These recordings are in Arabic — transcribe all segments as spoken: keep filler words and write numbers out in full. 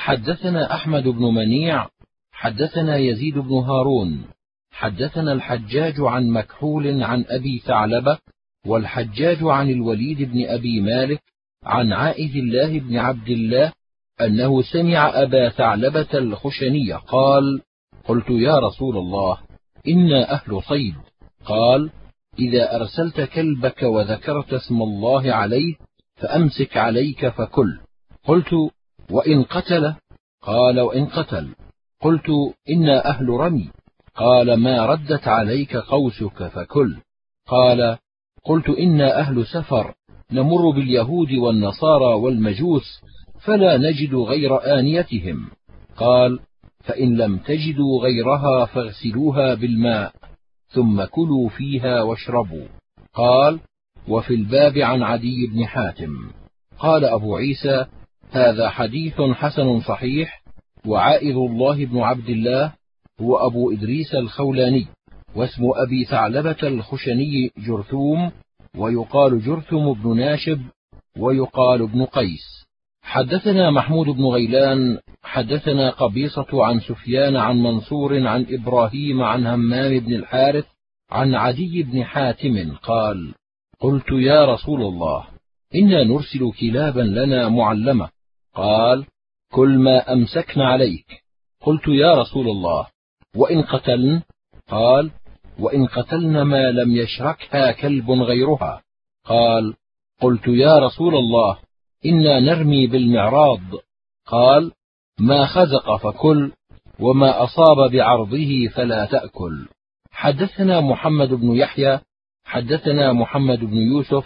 حدثنا أحمد بن منيع حدثنا يزيد بن هارون حدثنا الحجاج عن مكحول عن أبي ثعلبة، والحجاج عن الوليد بن أبي مالك عن عائذ الله بن عبد الله أنه سمع أبا ثعلبة الخشني قال: قلت يا رسول الله، إنا أهل صيد. قال: إذا أرسلت كلبك وذكرت اسم الله عليه فأمسك عليك فكل. قلت: وإن قتل؟ قال: وإن قتل. قلت: إنا أهل رمي. قال: ما ردت عليك قوسك فكل. قال: قلت: إنا أهل سفر نمر باليهود والنصارى والمجوس فلا نجد غير آنيتهم. قال: فإن لم تجدوا غيرها فاغسلوها بالماء ثم كلوا فيها واشربوا. قال: وفي الباب عن عدي بن حاتم. قال أبو عيسى: هذا حديث حسن صحيح. وعائذ الله بن عبد الله هو أبو إدريس الخولاني، واسم أبي ثعلبة الخشني جرثوم، ويقال جرثم بن ناشب، ويقال ابن قيس. حدثنا محمود بن غيلان حدثنا قبيصة عن سفيان عن منصور عن إبراهيم عن همام بن الحارث عن عدي بن حاتم قال: قلت يا رسول الله، إنا نرسل كلابا لنا معلمة. قال: كل ما أمسكن عليك. قلت يا رسول الله، وإن قتلن؟ قال: وإن قتلن ما لم يشركها كلب غيرها. قال: قلت يا رسول الله، إنا نرمي بالمعراض. قال: ما خزق فكل، وما أصاب بعرضه فلا تأكل. حدثنا محمد بن يحيى حدثنا محمد بن يوسف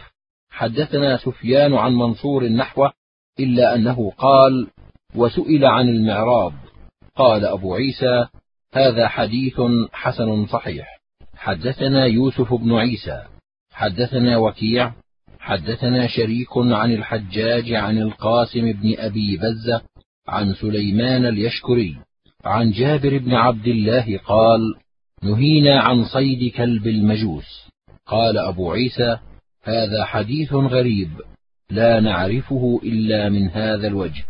حدثنا سفيان عن منصور نحوه، إلا أنه قال: وسئل عن المعراض. قال أبو عيسى: هذا حديث حسن صحيح. حدثنا يوسف بن عيسى حدثنا وكيع حدثنا شريك عن الحجاج عن القاسم بن أبي بزة عن سليمان اليشكري عن جابر بن عبد الله قال: نهينا عن صيد كلب المجوس. قال أبو عيسى: هذا حديث غريب لا نعرفه إلا من هذا الوجه.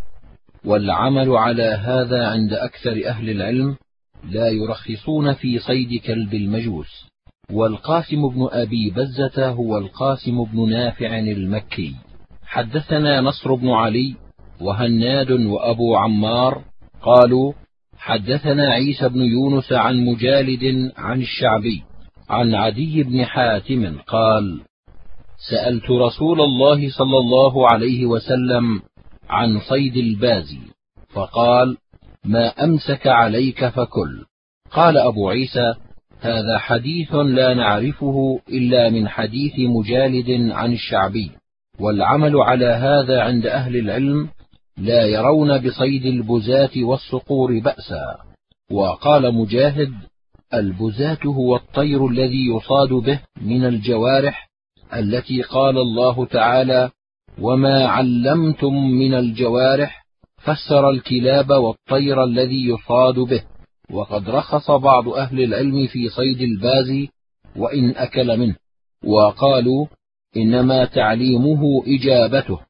والعمل على هذا عند أكثر أهل العلم، لا يرخصون في صيد كلب المجوس. والقاسم بن أبي بزة هو القاسم بن نافع المكي. حدثنا نصر بن علي وهناد وأبو عمار قالوا: حدثنا عيسى بن يونس عن مجالد عن الشعبي عن عدي بن حاتم قال: سألت رسول الله صلى الله عليه وسلم عن صيد البازي، فقال: ما أمسك عليك فكل. قال أبو عيسى: هذا حديث لا نعرفه إلا من حديث مجالد عن الشعبي. والعمل على هذا عند أهل العلم، لا يرون بصيد البزاة والصقور بأسا. وقال مجاهد: البزاة هو الطير الذي يصاد به من الجوارح التي قال الله تعالى: وما علمتم من الجوارح، فسر الكلاب والطير الذي يصاد به. وقد رخص بعض أهل العلم في صيد البازي وإن أكل منه، وقالوا: إنما تعليمه إجابته.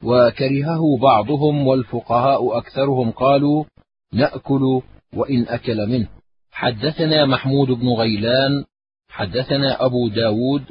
وكرهه بعضهم، والفقهاء أكثرهم قالوا: نأكل وإن أكل منه. حدثنا محمود بن غيلان حدثنا أبو داود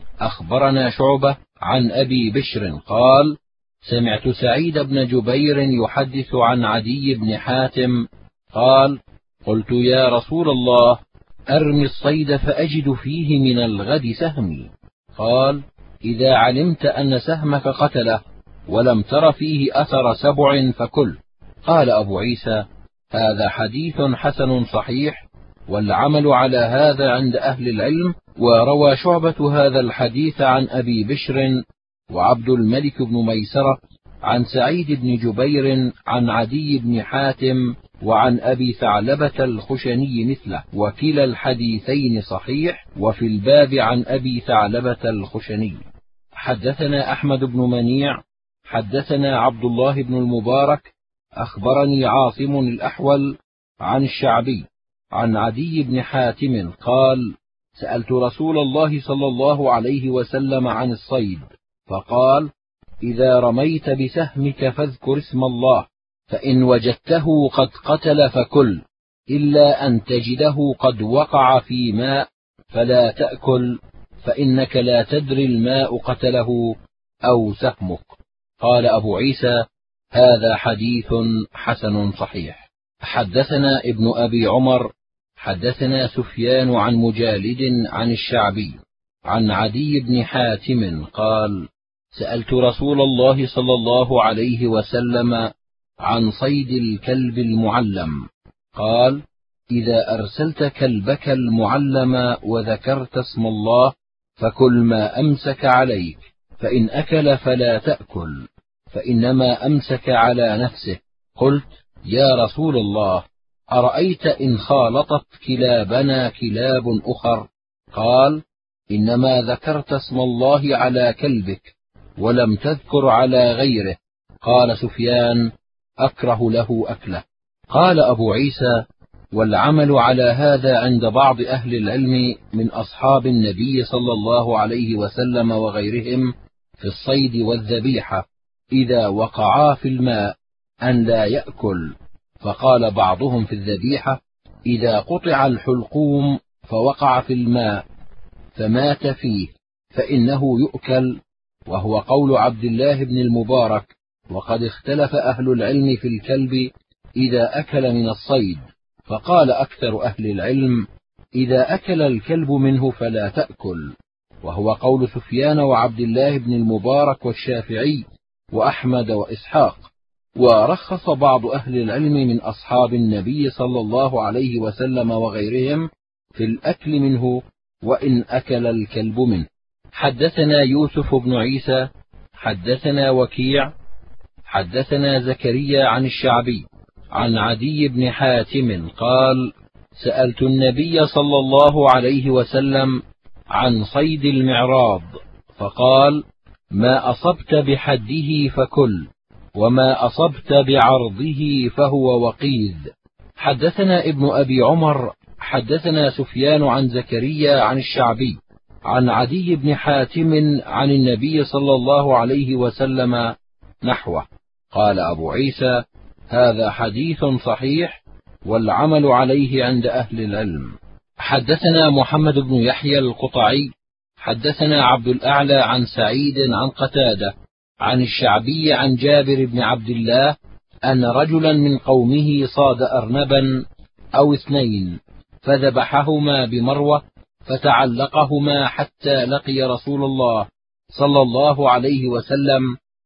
أخبرنا شعبة عن أبي بشر قال: سمعت سعيد بن جبير يحدث عن عدي بن حاتم قال: قلت يا رسول الله، أرمي الصيد فأجد فيه من الغد سهمي. قال: إذا علمت أن سهمك قتله ولم تر فيه أثر سبع فكل. قال أبو عيسى: هذا حديث حسن صحيح، والعمل على هذا عند أهل العلم. وروى شعبة هذا الحديث عن أبي بشر وعبد الملك بن ميسرة عن سعيد بن جبير عن عدي بن حاتم وعن أبي ثعلبة الخشني مثله، وكلا الحديثين صحيح. وفي الباب عن أبي ثعلبة الخشني. حدثنا أحمد بن منيع حدثنا عبد الله بن المبارك أخبرني عاصم الأحول عن الشعبي عن عدي بن حاتم قال: سألت رسول الله صلى الله عليه وسلم عن الصيد، فقال: إذا رميت بسهمك فاذكر اسم الله فإن وجدته قد قتل فكل، إلا أن تجده قد وقع في ماء فلا تأكل، فإنك لا تدري الماء قتله أو سهمك. قال أبو عيسى: هذا حديث حسن صحيح. حدثنا ابن أبي عمر حدثنا سفيان عن مجالد عن الشعبي عن عدي بن حاتم قال: سألت رسول الله صلى الله عليه وسلم عن صيد الكلب المعلم، قال: إذا أرسلت كلبك المعلم وذكرت اسم الله فكل ما أمسك عليك، فإن أكل فلا تأكل، فإنما أمسك على نفسه. قلت: يا رسول الله، أرأيت إن خالطت كلابنا كلاب أخر؟ قال: إنما ذكرت اسم الله على كلبك ولم تذكر على غيره. قال سفيان: أكره له أكله. قال أبو عيسى: والعمل على هذا عند بعض أهل العلم من أصحاب النبي صلى الله عليه وسلم وغيرهم في الصيد والذبيحة إذا وقعا في الماء أن لا يأكل. فقال بعضهم في الذبيحة: إذا قطع الحلقوم فوقع في الماء فمات فيه فإنه يؤكل، وهو قول عبد الله بن المبارك. وقد اختلف أهل العلم في الكلب إذا أكل من الصيد، فقال أكثر أهل العلم: إذا أكل الكلب منه فلا تأكل، وهو قول سفيان وعبد الله بن المبارك والشافعي وأحمد وإسحاق. ورخص بعض أهل العلم من أصحاب النبي صلى الله عليه وسلم وغيرهم في الأكل منه وإن أكل الكلب منه. حدثنا يوسف بن عيسى حدثنا وكيع حدثنا زكريا عن الشعبي عن عدي بن حاتم قال: سألت النبي صلى الله عليه وسلم عن صيد المعراض، فقال: ما أصبت بحده فكل، وما أصبت بعرضه فهو وقيذ. حدثنا ابن أبي عمر حدثنا سفيان عن زكريا عن الشعبي عن عدي بن حاتم عن النبي صلى الله عليه وسلم نحوه. قال أبو عيسى: هذا حديث صحيح، والعمل عليه عند أهل العلم. حدثنا محمد بن يحيى القطعي حدثنا عبد الأعلى عن سعيد عن قتادة عن الشعبي عن جابر بن عبد الله أن رجلا من قومه صاد أرنبا أو اثنين فذبحهما بمروة فتعلقهما حتى لقي رسول الله صلى الله عليه وسلم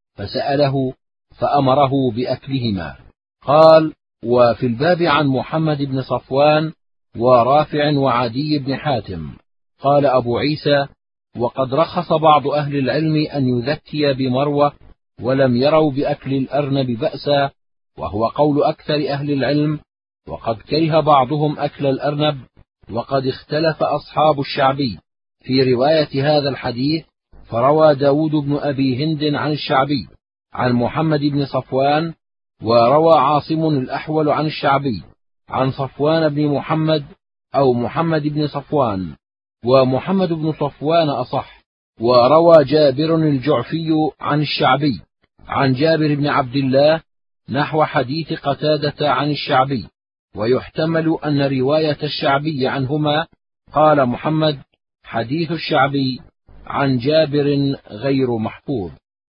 فسأله فأمره بأكلهما. قال: وفي الباب عن محمد بن صفوان ورافع وعدي بن حاتم. قال أبو عيسى: وقد رخص بعض أهل العلم أن يذكي بمروة ولم يروا بأكل الأرنب بأسا، وهو قول أكثر أهل العلم، وقد كره بعضهم أكل الأرنب. وقد اختلف أصحاب الشعبي في رواية هذا الحديث، فروى داود بن أبي هند عن الشعبي عن محمد بن صفوان، وروى عاصم الأحول عن الشعبي عن صفوان بن محمد أو محمد بن صفوان، ومحمد بن صفوان أصح. وروى جابر الجعفي عن الشعبي عن جابر بن عبد الله نحو حديث قتادة عن الشعبي، ويحتمل أن رواية الشعبي عنهما. قال محمد: حديث الشعبي عن جابر غير محفوظ.